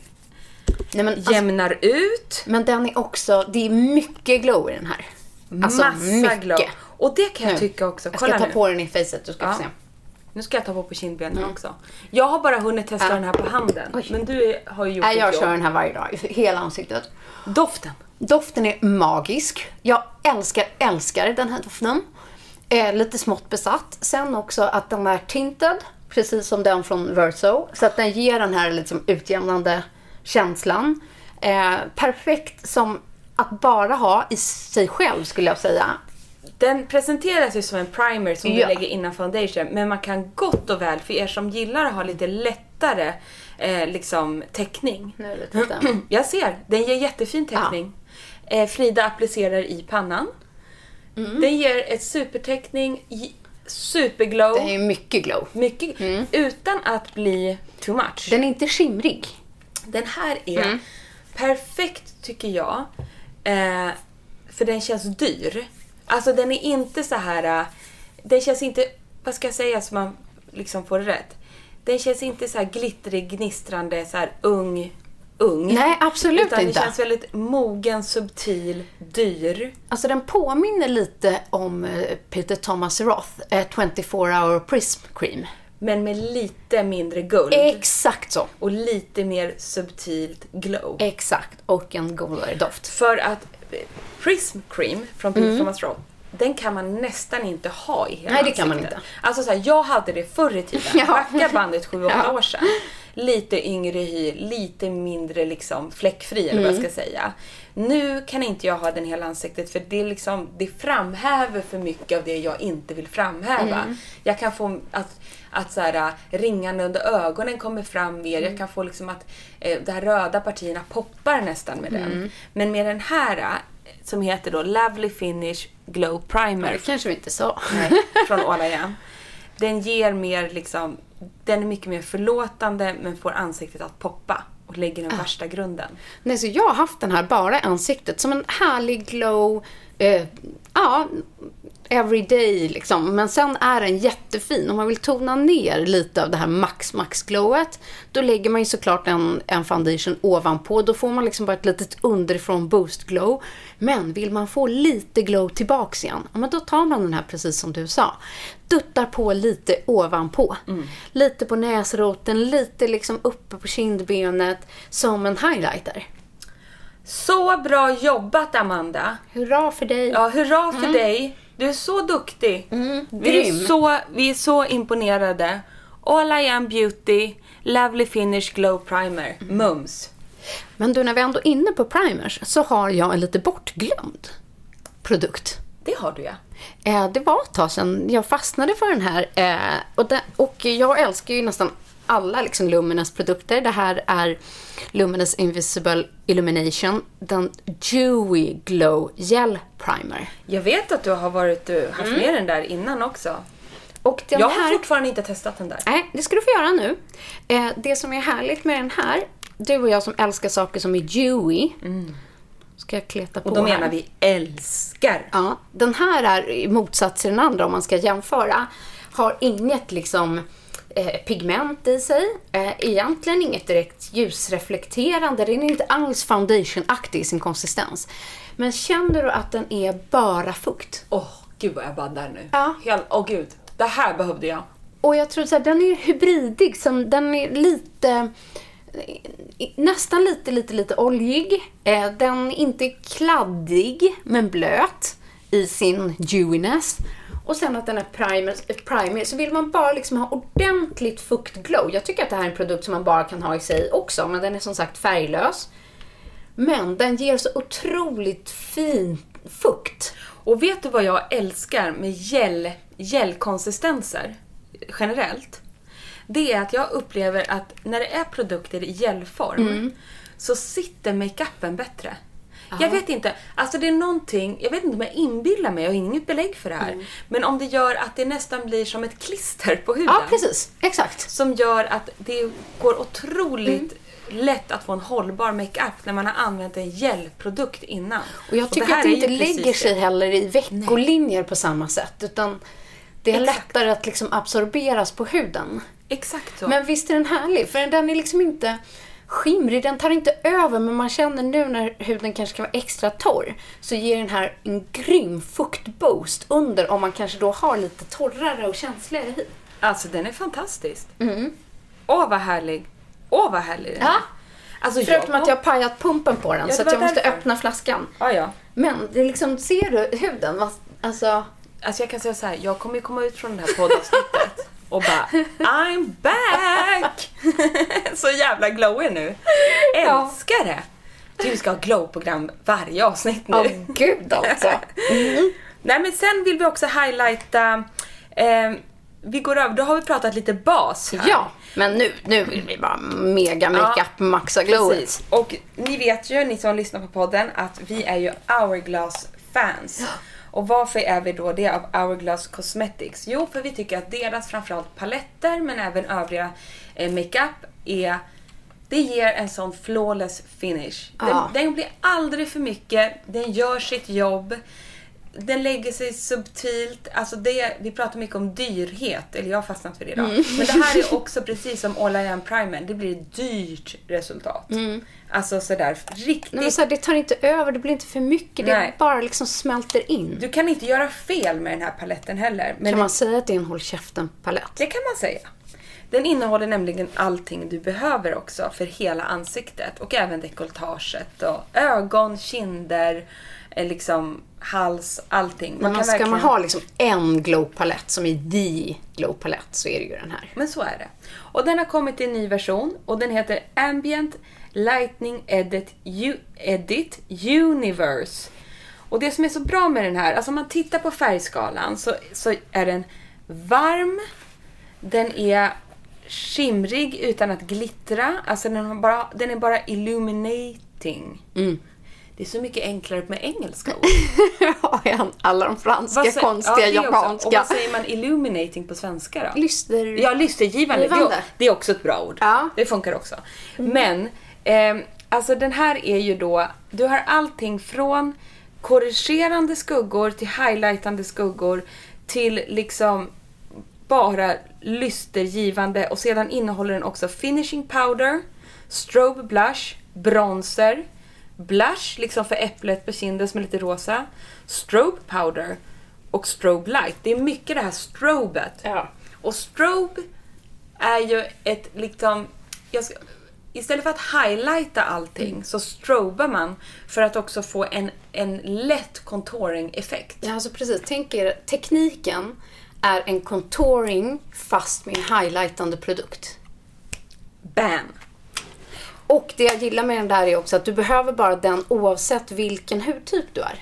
jämnar ut. Men den är också, det är mycket glow i den här. Alltså massa mycket glow. Och det kan jag tycka också. Jag ska ta på den i facet, du ska få se. Nu ska jag ta på kindbenen också. Jag har bara hunnit testa den här på handen. Oj. Men du har ju gjort ett jag jobb. kör den här varje dag, hela ansiktet. Doften är magisk. Jag älskar den här doften. Lite smått besatt. Sen också att den är tinted, precis som den från Verso. Så att den ger den här liksom utjämnande känslan. Perfekt som att bara ha i sig själv, skulle jag säga. Den presenteras ju som en primer som du lägger innan foundation. Men man kan gott och väl, för er som gillar att ha lite lättare liksom täckning. Nu lite. Jag ser, den ger jättefin täckning. Frida applicerar i pannan. Den ger ett supertäckning, superglow. Det är mycket glow. Mycket, utan att bli too much. Den är inte skimrig. Den här är perfekt, tycker jag. För den känns dyr. Alltså den är inte så här. Den känns inte, vad ska jag säga så man liksom får det rätt. Den känns inte så här glittrig, gnistrande, så här ung. Nej, absolut utan inte. Den känns väldigt mogen, subtil, dyr. Alltså den påminner lite om Peter Thomas Roth 24-hour Prism Cream. Men med lite mindre guld. Exakt så. Och lite mer subtilt glow. Exakt, och en godare doft. För att Prism Cream från Peter Thomas Roth, den kan man nästan inte ha i hela ansiktet. Nej, det kan man inte. Alltså så här, jag hade det förr i tiden. Backa bandet 7-8 år sedan. Lite yngre hy, lite mindre liksom fläckfri eller vad jag ska säga. Nu kan inte jag ha den hela ansiktet för det liksom, det framhäver för mycket av det jag inte vill framhäva. Jag kan få att så här, ringarna under ögonen kommer fram mer. Jag kan få liksom att de här röda partierna poppar nästan med den. Men med den här som heter då Lovely Finish Glow Primer. Det kanske vi inte sa. Nej, från All I Am. Den ger mer liksom, den är mycket mer förlåtande men får ansiktet att poppa och lägger den värsta grunden. Nej, så jag har haft den här bara ansiktet som en härlig glow, everyday liksom. Men sen är den jättefin. Om man vill tona ner lite av det här max glowet, då lägger man ju såklart en foundation ovanpå. Då får man liksom bara ett litet underifrån boost glow. Men vill man få lite glow tillbaks igen, men då tar man den här precis som du sa. Duttar på lite ovanpå. Lite på näsroten, lite liksom uppe på kindbenet som en highlighter. Så bra jobbat, Amanda. Hurra för dig. Ja, hurra för dig. Du är så duktig. Vi är så imponerade. All I Am Beauty Lovely Finish Glow Primer. Mums. Men du, när vi ändå är inne på primers så har jag en lite bortglömd. produkt. Det har du, ja. Det var ett tag sedan jag fastnade för den här. Och jag älskar ju nästan alla liksom Luminous produkter. Det här är Luminous Invisible Illumination, den Dewy Glow Gel Primer. Jag vet att du har haft med den där innan också. Och den jag har fortfarande inte testat den där. Nej, det ska du få göra nu. Det som är härligt med den här, du och jag som älskar saker som är dewy. Ska jag kleta på. Och då här. menar vi älskar. Ja, den här är i motsats till den andra om man ska jämföra. Har inget liksom pigment i sig. Egentligen inget direkt ljusreflekterande. Den är inte alls foundation-aktig i sin konsistens. Men känner du att den är bara fukt? Gud vad jag baddar nu. Ja. Gud, det här behövde jag. Och jag tror att den är hybridig. Den är lite... nästan lite oljig. Den är inte kladdig men blöt i sin dewiness. Och sen att den är primer, så vill man bara liksom ha ordentligt fuktglow. Jag tycker att det här är en produkt som man bara kan ha i sig också, men den är som sagt färglös. Men den ger så otroligt fin fukt. Och vet du vad jag älskar med gelkonsistenser generellt? Det är att jag upplever att när det är produkter i gelform så sitter makeupen bättre. Jag vet inte, alltså det är någonting, jag vet inte om jag inbillar mig, jag har inget belägg för det här. Men om det gör att det nästan blir som ett klister på huden. Ja, precis, exakt. Som gör att det går otroligt lätt att få en hållbar makeup när man har använt en gelprodukt innan. Och jag tycker att det inte lägger sig heller i veckolinjer på samma sätt, utan det är lättare att liksom absorberas på huden. Exakt så. Men visst är den härlig, för den är liksom inte skimrig, den tar inte över, men man känner nu när huden kanske kan vara extra torr så ger den här en grym fuktboost under om man kanske då har lite torrare och känsligare hy. Alltså den är fantastisk. Åh vad härlig. Åh vad härlig den är. Ja. Alltså, förutom att jag har pajat pumpen på den så att jag måste öppna flaskan. Ja. Men det är liksom, ser du huden? Alltså jag kan säga så här, jag kommer ju komma ut från det här poddavsnittet och bara, I'm back! Så jävla glowy nu. Älskar det. Du ska ha glow-program varje avsnitt nu. Gud alltså. Nej, men sen vill vi också highlighta, vi går över, då har vi pratat lite bas här. Ja, men nu vill vi bara mega makeup maxa glowet. Precis. Och ni vet ju, ni som lyssnar på podden, att vi är ju Hourglass-fans. Och varför är vi då det av Hourglass Cosmetics? Jo, för vi tycker att deras framförallt paletter men även övriga makeup det ger en sån flawless finish. Den blir aldrig för mycket, den gör sitt jobb. Den lägger sig subtilt. Alltså vi pratar mycket om dyrhet. Eller jag har fastnat för det idag. Men det här är också precis som All I Am Primer. Det blir ett dyrt resultat. Alltså sådär riktigt. Nej, men så här, det tar inte över, det blir inte för mycket. Det bara liksom smälter in. Du kan inte göra fel med den här paletten heller. Men kan man säga att det är en håll käften-palett? Det kan man säga. Den innehåller nämligen allting du behöver också för hela ansiktet. Och även dekolletaget och ögon, kinder, liksom hals, allting. Men ska man ha liksom en glow-palett som är the glow-palett så är det ju den här. Men så är det. Och den har kommit i en ny version och den heter Ambient Lightning Edit Universe. Och det som är så bra med den här, alltså om man tittar på färgskalan så är den varm, den är skimrig utan att glittra, alltså den är bara illuminating. Det är så mycket enklare med engelska ord. Ja, alla de franska, konstiga, japanska. Och vad säger man illuminating på svenska då? Lystergivande. Det är också ett bra ord. Ja. Det funkar också. Men alltså den här är ju då, du har allting från korrigerande skuggor till highlightande skuggor till liksom bara lystergivande, och sedan innehåller den också finishing powder, strobe blush, bronzer, blush liksom för äpplet på kinden som är lite rosa, strobe powder och strobe light. Det är mycket det här strobet. Ja. Och strobe är ju ett liksom, istället för att highlighta allting så strobar man för att också få en lätt contouring-effekt. Ja, alltså precis. Tänk er, tekniken är en contouring fast med en highlightande produkt. Bam! Och det jag gillar med den där är också att du behöver bara den oavsett vilken hudtyp du är.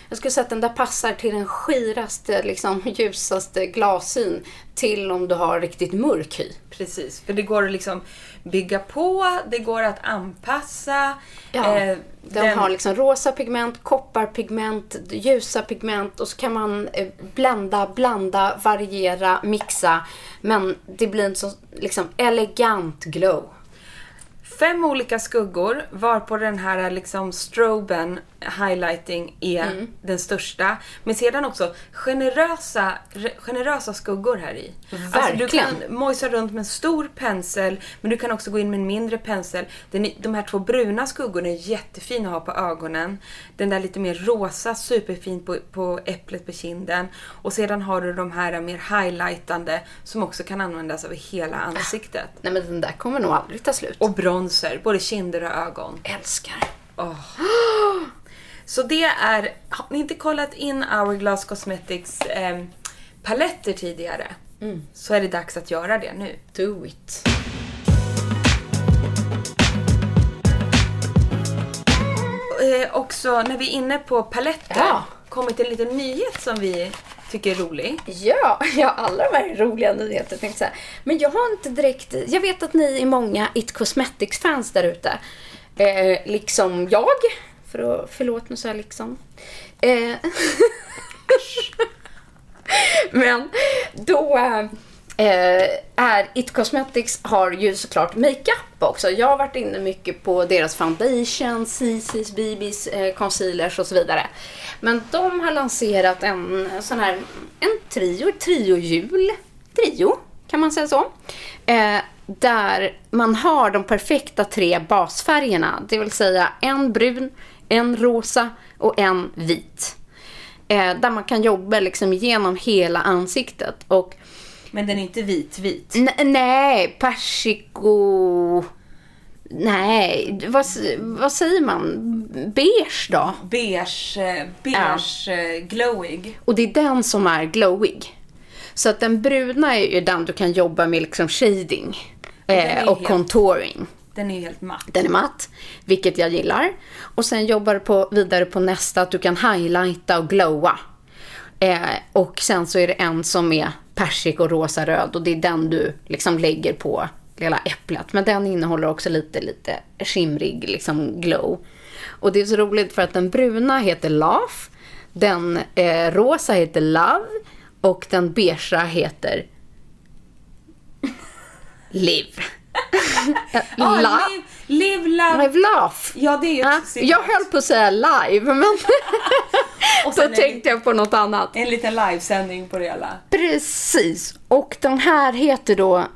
Jag skulle säga att den där passar till den skiraste, liksom ljusaste glassyn till om du har riktigt mörk hy. Precis, för det går att liksom bygga på, det går att anpassa. Ja, den har liksom rosa pigment, kopparpigment, ljusa pigment och så kan man blanda, variera, mixa. Men det blir en så liksom elegant glow. 5 olika skuggor, varpå den här liksom stroben highlighting är den största. Men sedan också generösa skuggor här i. Verkligen. Alltså du kan mojsa runt med en stor pensel, men du kan också gå in med en mindre pensel. De här 2 bruna skuggorna är jättefina att ha på ögonen. Den där lite mer rosa, superfin på äpplet på kinden. Och sedan har du de här mer highlightande som också kan användas över hela ansiktet. Nej, men den där kommer nog aldrig ta slut. Och bronzer, både kinder och ögon. Älskar. Så det är, har ni inte kollat in Hourglass Cosmetics paletter tidigare, så är det dags att göra det nu. Do it. Också när vi är inne på paletter, kommit en liten nyhet som vi tycker är rolig. Ja, alla de här är roliga nyheter, tänkte jag säga. Men jag har inte direkt, jag vet att ni är många It Cosmetics fans där ute. Liksom jag. Förlåt nu så här liksom. Men då är It Cosmetics har ju såklart makeup också. Jag har varit inne mycket på deras foundation, CC's, BB's, concealers och så vidare. Men de har lanserat en sån här trio kan man säga så. Där man har de perfekta 3 basfärgerna, det vill säga en brun, en rosa och en vit. Där man kan jobba liksom genom hela ansiktet. Och men den är inte vit. Nej, persiko. Nej, vad säger man? Beige då? Beige glowig. Och det är den som är glowig. Så att den bruna är ju den du kan jobba med liksom shading och contouring. Den är helt matt. Den är matt, vilket jag gillar. Och sen jobbar du vidare på nästa att du kan highlighta och glowa. Och sen så är det en som är persik och rosa röd och det är den du liksom lägger på lilla äpplet. Men den innehåller också lite skimrig liksom glow. Och det är så roligt för att den bruna heter Laugh, den rosa heter Love och den beigea heter Live. Live, love. Laugh. Ja, det är ju jag höll på att säga live, men och så tänkte jag på något annat. En liten livesändning på det hela. Precis. Och den här heter då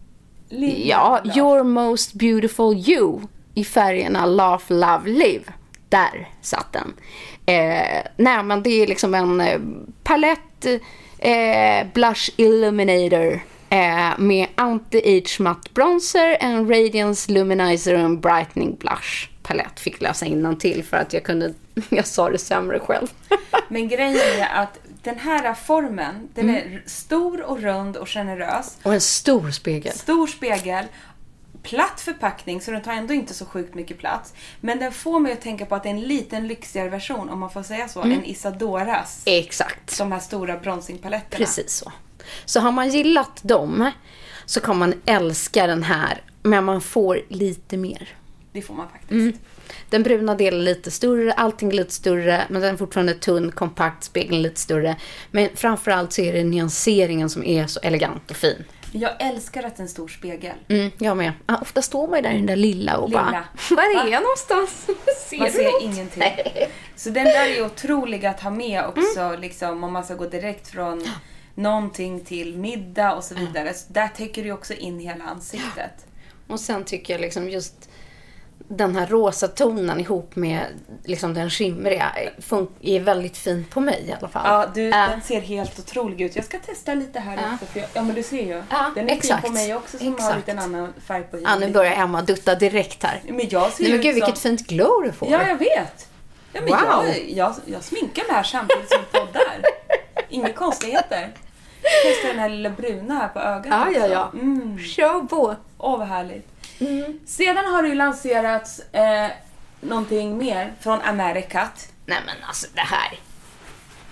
Your Most Beautiful You i färgerna Laugh, Love, Live. Där satt den. Nej, men det är liksom en palett blush illuminator med anti-age matte bronzer, en radiance luminizer och en brightening blush palett. Fick läsa innantill för att jag sa det sämre själv. Men grejen är att den här formen, den är stor och rund och generös. Och en stor spegel. Stor spegel. Platt förpackning, så den tar ändå inte så sjukt mycket plats. Men den får mig att tänka på att det är en liten lyxigare version, om man får säga så, än Isadoras. Exakt. De här stora bronsingpaletterna. Precis så. Så har man gillat dem så kan man älska den här, men man får lite mer. Det får man faktiskt. Den bruna delen är lite större, allting är lite större, men den är fortfarande tunn, kompakt, spegeln lite större. Men framförallt så är det nyanseringen som är så elegant och fin. Jag älskar att det är en stor spegel. Jag med. Ofta står man ju där i den där lilla och bara, var är jag någonstans? Man ser ingenting. Nej. Så den där är otrolig att ha med också, liksom, om man ska gå direkt från någonting till middag och så vidare. Så där täcker du också in hela ansiktet. Och sen tycker jag liksom just den här rosa tonen ihop med liksom den skimriga är väldigt fin på mig i alla fall. Ja, den ser helt otrolig ut. Jag ska testa lite här också. För men du ser ju. Den är fin på mig också som har lite en annan färg på huden. Nu börjar Emma dutta direkt här. Men jag ser men gud, vilket fint glow du får. Ja, jag vet. Ja, men wow. Jag sminkar mig här samtidigt som poddar. Inga konstigheter. Testa den här lilla bruna här på ögat. Ja. Show på. Vad härligt. Sedan har det ju lanserats någonting mer från Amerikat. Nej, men alltså det här.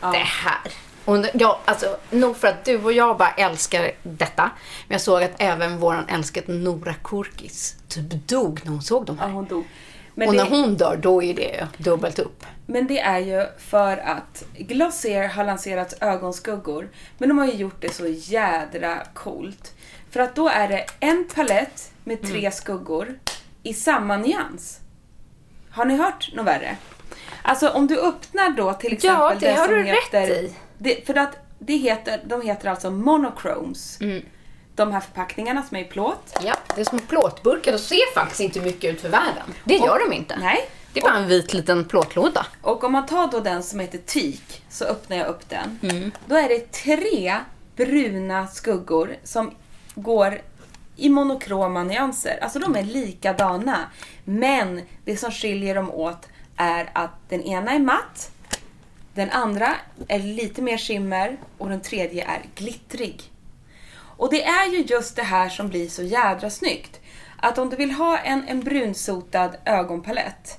här. Och alltså, nog för att du och jag bara älskar detta. Men jag såg att även våran älskade Nora Korkis typ dog när hon såg de här. Ja, hon dog. Och när hon dör, då är det dubbelt upp. Men det är ju för att Glossier har lanserat ögonskuggor. Men de har ju gjort det så jädra coolt. För att då är det en palett med 3 skuggor i samma nyans. Har ni hört något värre? Alltså om du öppnar då till exempel det har som du heter... rätt i. För att de heter alltså monochromes. De här förpackningarna som är i plåt. Ja, det är små plåtburkar. De ser faktiskt inte mycket ut för världen. Det gör de inte. Nej. Det är bara en vit liten plåtlåda. Och om man tar då den som heter teak, så öppnar jag upp den. Då är det 3 bruna skuggor som går i monokroma nyanser. Alltså de är likadana. Men det som skiljer dem åt är att den ena är matt, den andra är lite mer skimmer och den tredje är glittrig. Och det är ju just det här som blir så jädra snyggt. Att om du vill ha en brunsotad ögonpalett,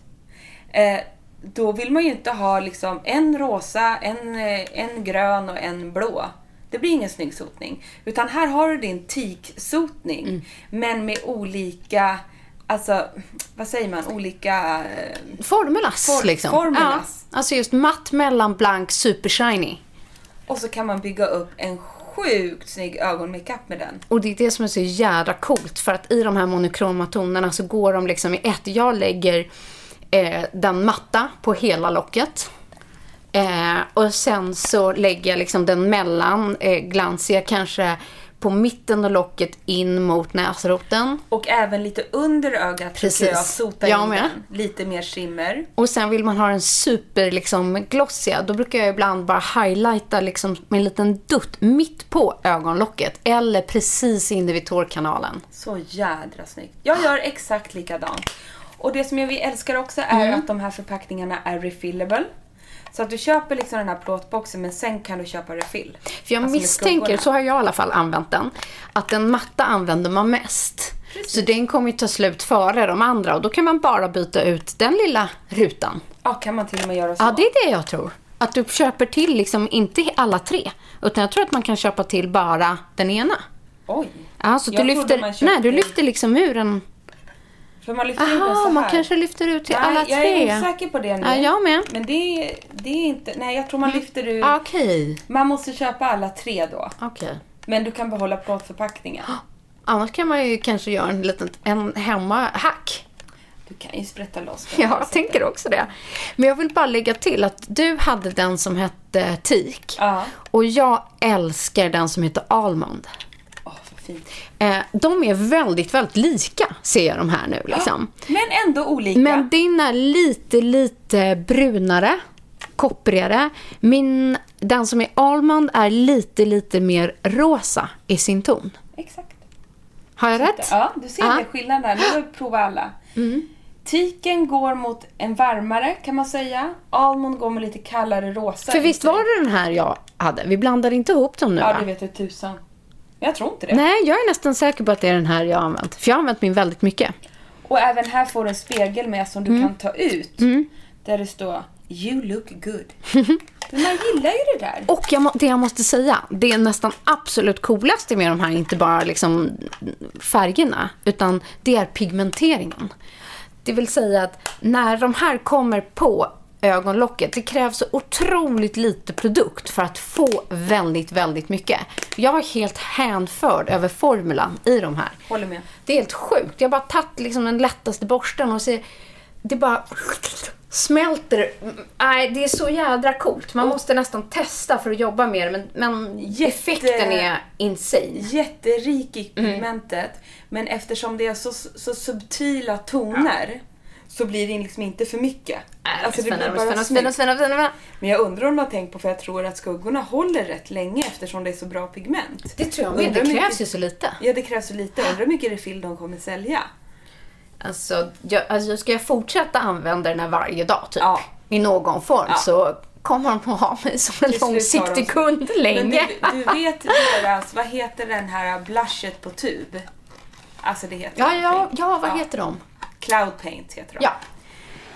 då vill man ju inte ha liksom en rosa, en grön och en blå. Det blir ingen snygg sotning. Utan här har du din teak-sotning. Men med olika, alltså, vad säger man? Olika... Formulas liksom. Formulas. Ja, alltså just matt, mellan, blank, super shiny. Och så kan man bygga upp en sjukt snygg ögonmakeup med den. Och det är det som är så jädra coolt. För att i de här monokroma tonerna så går de liksom i ett. Jag lägger den matta på hela locket. Och sen så lägger jag liksom den mellan glansiga kanske på mitten av locket in mot näsroten. Och även lite under ögat. Precis. Jag sota in den. Lite mer skimmer. Och sen vill man ha en super liksom glossiga. Då brukar jag ibland bara highlighta liksom med en liten dutt mitt på ögonlocket. Eller precis inne vid tårkanalen. Så jädra snyggt. Jag gör exakt likadant. Och det som vi älskar också är att de här förpackningarna är refillable. Så att du köper liksom den här plåtboxen, men sen kan du köpa refill. För jag misstänker, så har jag i alla fall använt den, att den matta använder man mest. Precis. Så den kommer ju ta slut före de andra. Och då kan man bara byta ut den lilla rutan. Ja, kan man till och med göra så? Ja, det är det jag tror. Att du köper till liksom inte alla 3. Utan jag tror att man kan köpa till bara den ena. Oj. Ja, så du lyfter liksom ur en... För man lyfter ut den så här. Man kanske lyfter ut till alla 3. Jag är osäker på det nu. Ja, jag med. Men det är inte... Nej, jag tror man lyfter ut... Okej. Man måste köpa alla 3 då. Okej. Men du kan behålla plåtförpackningen. Annars kan man ju kanske göra en hemmahack. Du kan ju sprätta loss den. Ja, jag tänker också det. Men jag vill bara lägga till att du hade den som hette teak. Ja. Och jag älskar den som heter almond. Fint. De är väldigt, väldigt lika, ser jag de här nu liksom. Ja, men ändå olika. Men din är lite brunare, kopprigare. Den som är almond är lite mer rosa i sin ton. Exakt. Har jag rätt? Ja, du ser det skillnaden här. Nu har vi provat alla. Teaken går mot en varmare, kan man säga. Almond går med lite kallare rosa. För visst var det den här jag hade? Vi blandade inte ihop dem nu, Ja, va? det vet jag tusan. Jag tror inte det. Nej, jag är nästan säker på att det är den här jag har använt. För jag har använt min väldigt mycket. Och även här får du en spegel med som du kan ta ut. Där det står You look good. Men man gillar ju det där. Och det jag måste säga, det är nästan absolut coolaste med de här, inte bara liksom färgerna, utan det är pigmenteringen. Det vill säga att när de här kommer på ögonlocket, det krävs så otroligt lite produkt för att få väldigt, väldigt mycket. Jag är helt hänförd över formulan i de här. Håller med. Det är helt sjukt. Jag har bara tagit liksom den lättaste borsten och ser, det bara smälter. Nej, det är så jädra coolt. Man måste nästan testa för att jobba med det, men effekten är insane. Jätterik i pigmentet, men eftersom det är så subtila toner så blir det liksom inte för mycket. Alltså det blir bara Men jag undrar om du har tänkt på, för jag tror att skuggorna håller rätt länge eftersom det är så bra pigment. Det tror jag, men det krävs ju så lite. Ja, det krävs så lite. Undrar hur mycket refill de kommer sälja. Alltså, ska jag fortsätta använda den här varje dag typ, i någon form, så kommer de att ha mig som en långsiktig kund länge. Men du vet deras, vad heter den här blushet på tub? Alltså det heter Ja, vad heter de? Cloud Paint heter de. Ja.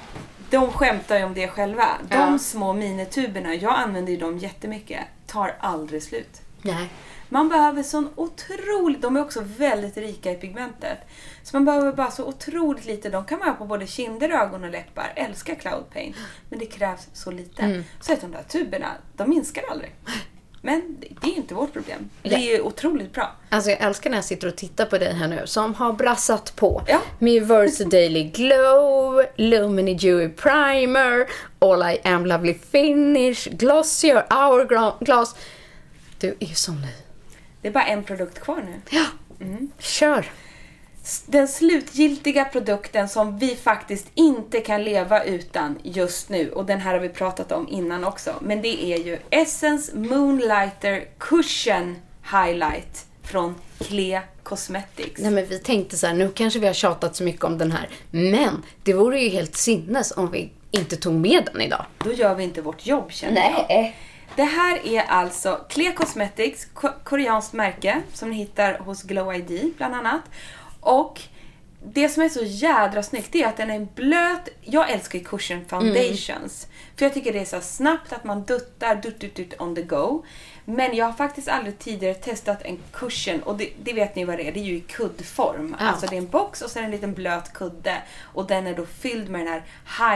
de skämtar ju om det själva. De små minituberna, jag använder ju dem jättemycket, tar aldrig slut. Nej. Man behöver sån otroligt, de är också väldigt rika i pigmentet. Så man behöver bara så otroligt lite. De kan man ha på både kinder, ögon och läppar. Älskar Cloud Paint. Men det krävs så lite. Så att de där tuberna, de minskar aldrig. Men det är inte vårt problem. Det är ju otroligt bra. Alltså jag älskar när jag sitter och tittar på dig här nu. Som har brassat på. Med Versa Daily Glow, Lumini Dewy Primer, All I Am Lovely Finish, Glossier Hourglass. Du är ju så ny. Det är bara en produkt kvar nu. Ja, kör. Den slutgiltiga produkten som vi faktiskt inte kan leva utan just nu. Och den här har vi pratat om innan också. Men det är ju Essence Moonlighter Cushion Highlight från Clé Cosmetics. Nej, men vi tänkte så här, nu kanske vi har tjatat så mycket om den här. Men det vore ju helt sinnes om vi inte tog med den idag. Då gör vi inte vårt jobb, känner jag. Det här är alltså Clé Cosmetics, koreanskt märke som ni hittar hos Glow ID bland annat. Och det som är så jädra snyggt är att den är blöt. Jag älskar cushion foundations. För jag tycker det är så snabbt att man duttar on the go. Men jag har faktiskt aldrig tidigare testat en cushion. Och det vet ni vad det är. Det är ju i kuddform. Ja. Alltså det är en box och sen en liten blöt kudde. Och den är då fylld med den här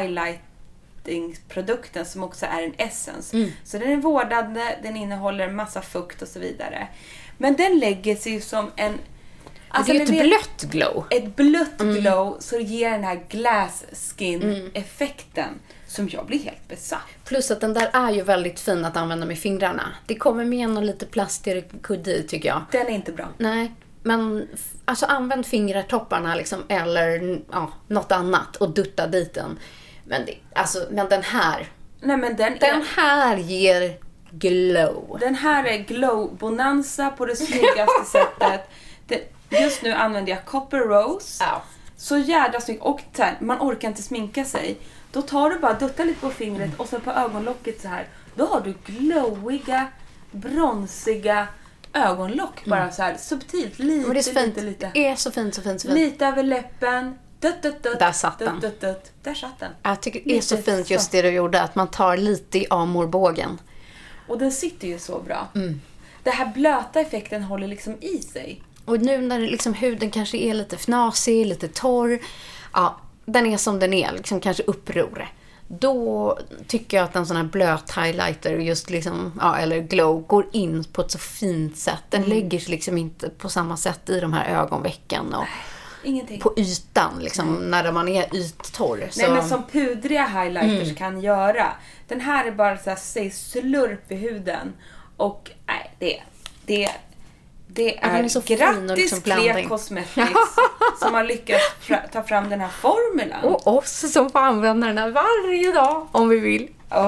highlighting-produkten som också är en essence. Så den är vårdande, den innehåller massa fukt och så vidare. Men den lägger sig ju som en... Alltså, det är ett blött glow. Ett blött glow så ger den här glass skin-effekten som jag blir helt besatt. Plus att den där är ju väldigt fin att använda med fingrarna. Det kommer med någon lite plastig kudde i, tycker jag. Den är inte bra. Nej, men alltså använd fingertopparna liksom, eller något annat och dutta dit den. Men den här... Nej, men den här ger glow. Den här är glow-bonanza på det snyggaste sättet. Just nu använder jag Copper Rose. Så jädra snyggt. Och så här, man orkar inte sminka sig. Då tar du bara, duttar lite på fingret och så på ögonlocket så här. Då har du glowiga, bronsiga ögonlock. Bara så här subtilt, lite. Men det är så fint. Det är så fint. Lite över läppen. Där satt den. Där satt den. Jag tycker det är så fint just det du gjorde. Att man tar lite i amorbågen. Och den sitter ju så bra. Det här blöta effekten håller liksom i sig. Och nu när liksom huden kanske är lite fnasig, lite torr. Ja, den är som den är. Liksom kanske uppror. Då tycker jag att en sån här blöt highlighter just liksom, eller glow går in på ett så fint sätt. Den lägger sig liksom inte på samma sätt i de här ögonvecken och ingenting. På ytan liksom, när man är yttorr. Nej, men som pudriga highlighters kan göra. Den här är bara så här, säg slurp i huden. Och det är så grattis liksom Clé Cosmetics som har lyckats ta fram den här formulan. Och oss som får använda den här varje dag om vi vill.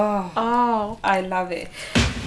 I love it.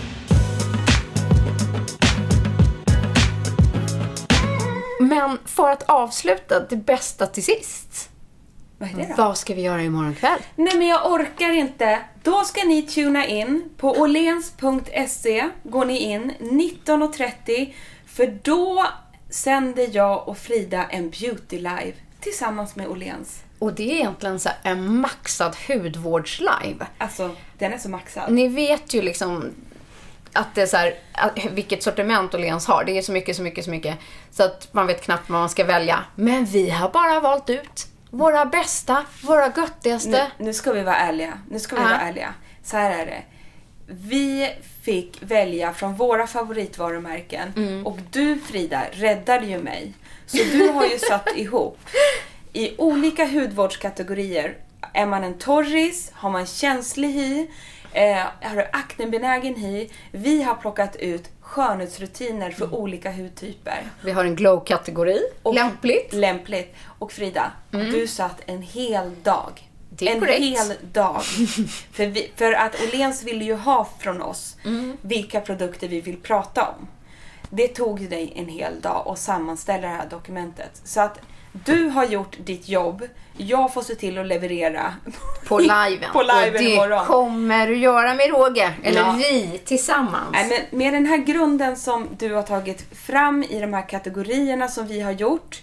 Men för att avsluta det bästa till sist. Vad är det då? Vad ska vi göra imorgon kväll? Nej, men jag orkar inte. Då ska ni tuna in på åhléns.se. Går ni in 19:30. För då sänder jag och Frida en beauty live tillsammans med Åhléns. Och det är egentligen så här en maxad hudvårdslive. Alltså, den är så maxad. Ni vet ju liksom att det är så här, vilket sortiment Åhléns har. Det är så mycket. Så att man vet knappt vad man ska välja. Men vi har bara valt ut våra bästa, våra göttigaste. Nu ska vi vara ärliga. Så här är det. Vi fick välja från våra favoritvarumärken. Och du, Frida, räddade ju mig. Så du har ju satt ihop i olika hudvårdskategorier. Är man en torris? Har man känslig hy? Har du aknebenägen hy? Vi har plockat ut skönhetsrutiner för olika hudtyper. Vi har en glow-kategori. Lämpligt. Och Frida, du satt en hel dag. Det är en korrekt. Hel dag. för att Åhléns ville ju ha från oss vilka produkter vi vill prata om. Det tog dig en hel dag att sammanställa det här dokumentet. Så att du har gjort ditt jobb. Jag får se till att leverera på liven. Och det imorgon. Kommer du göra med råge. Eller vi tillsammans. Nej, men med den här grunden som du har tagit fram i de här kategorierna som vi har gjort.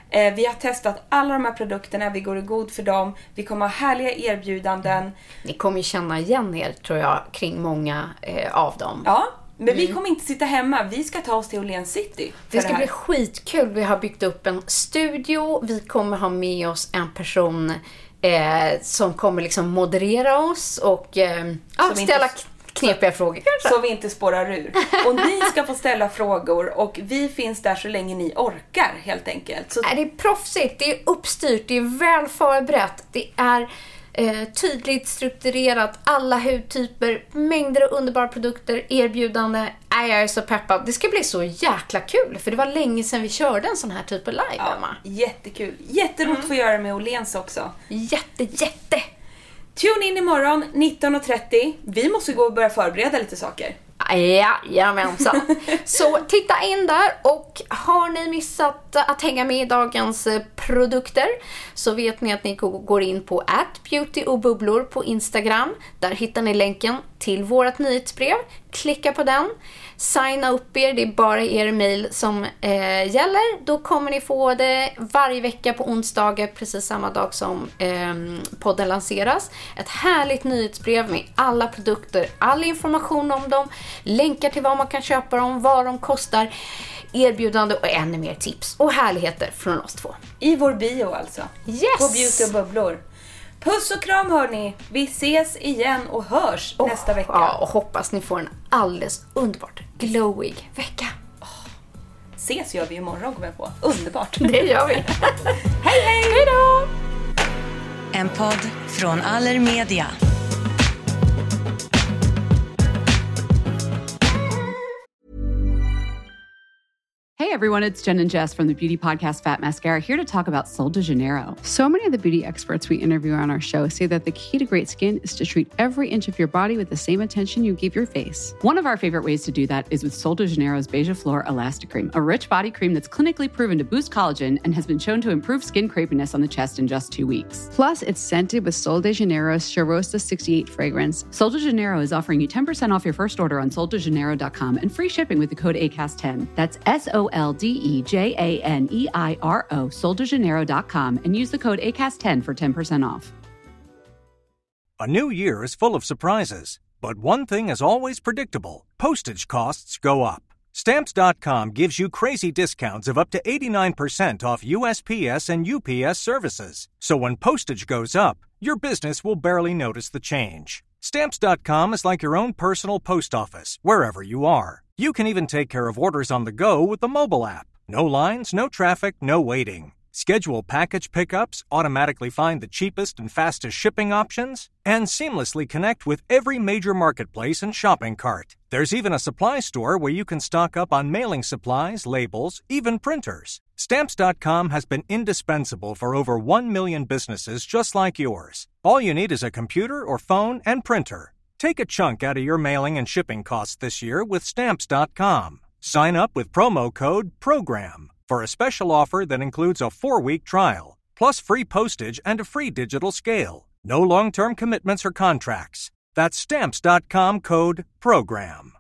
Vi har testat alla de här produkterna, vi går i god för dem. Vi kommer ha härliga erbjudanden. Ni kommer ju känna igen er, tror jag, kring många av dem. Ja, men vi kommer inte sitta hemma. Vi ska ta oss till Åhléns City. Det ska bli skitkul. Vi har byggt upp en studio. Vi kommer ha med oss en person som kommer liksom moderera oss och ställa knepiga frågor kanske. Så vi inte spårar ur. Och ni ska få ställa frågor och vi finns där så länge ni orkar, helt enkelt. Så... Det är proffsigt, det är uppstyrt, det är väl förberett, det är tydligt strukturerat, alla hudtyper, mängder av underbara produkter, erbjudande. Jag är så peppad. Det ska bli så jäkla kul, för det var länge sedan vi körde en sån här typ av live, Emma. Jättekul. Jätteroligt att få göra med Åhléns också. Jätte. Tune in imorgon 19:30. Vi måste gå och börja förbereda lite saker. Jajamensan. Så titta in där, och har ni missat att hänga med i dagens produkter så vet ni att ni går in på @beautyochbubblor på Instagram. Där hittar ni länken till vårt nyhetsbrev. Klicka på den. Signa upp er, det är bara er mail som gäller. Då kommer ni få det varje vecka på onsdagar, precis samma dag som podden lanseras. Ett härligt nyhetsbrev med alla produkter, all information om dem, länkar till vad man kan köpa dem, vad de kostar, erbjudande och ännu mer tips och härligheter från oss två. I vår bio alltså. Yes! På Beauty och bubblor. Puss och kram hörni. Vi ses igen och hörs nästa vecka. Ja, och hoppas ni får en alldeles underbart glowig vecka. Ses gör vi imorgon, kommer jag på. Underbart. Det gör vi. Hej hej! Hej då! En podd från Allermedia. Hey everyone, it's Jen and Jess from the beauty podcast Fat Mascara, here to talk about Sol de Janeiro. So many of the beauty experts we interview on our show say that the key to great skin is to treat every inch of your body with the same attention you give your face. One of our favorite ways to do that is with Sol de Janeiro's Beija Flor Elastic Cream, a rich body cream that's clinically proven to boost collagen and has been shown to improve skin crepiness on the chest in just 2 weeks. Plus, it's scented with Sol de Janeiro's Charosta 68 fragrance. Sol de Janeiro is offering you 10% off your first order on soldejaneiro.com and free shipping with the code ACAST10. That's SOLDEJANEIRO, soldejaneiro.com, and use the code ACAST10 for 10% off. A new year is full of surprises, but one thing is always predictable. Postage costs go up. Stamps.com gives you crazy discounts of up to 89% off USPS and UPS services. So when postage goes up, your business will barely notice the change. Stamps.com is like your own personal post office, wherever you are. You can even take care of orders on the go with the mobile app. No lines, no traffic, no waiting. Schedule package pickups, automatically find the cheapest and fastest shipping options, and seamlessly connect with every major marketplace and shopping cart. There's even a supply store where you can stock up on mailing supplies, labels, even printers. Stamps.com has been indispensable for over 1 million businesses just like yours. All you need is a computer or phone and printer. Take a chunk out of your mailing and shipping costs this year with Stamps.com. Sign up with promo code PROGRAM for a special offer that includes a 4-week trial, plus free postage and a free digital scale. No long-term commitments or contracts. That's Stamps.com code PROGRAM.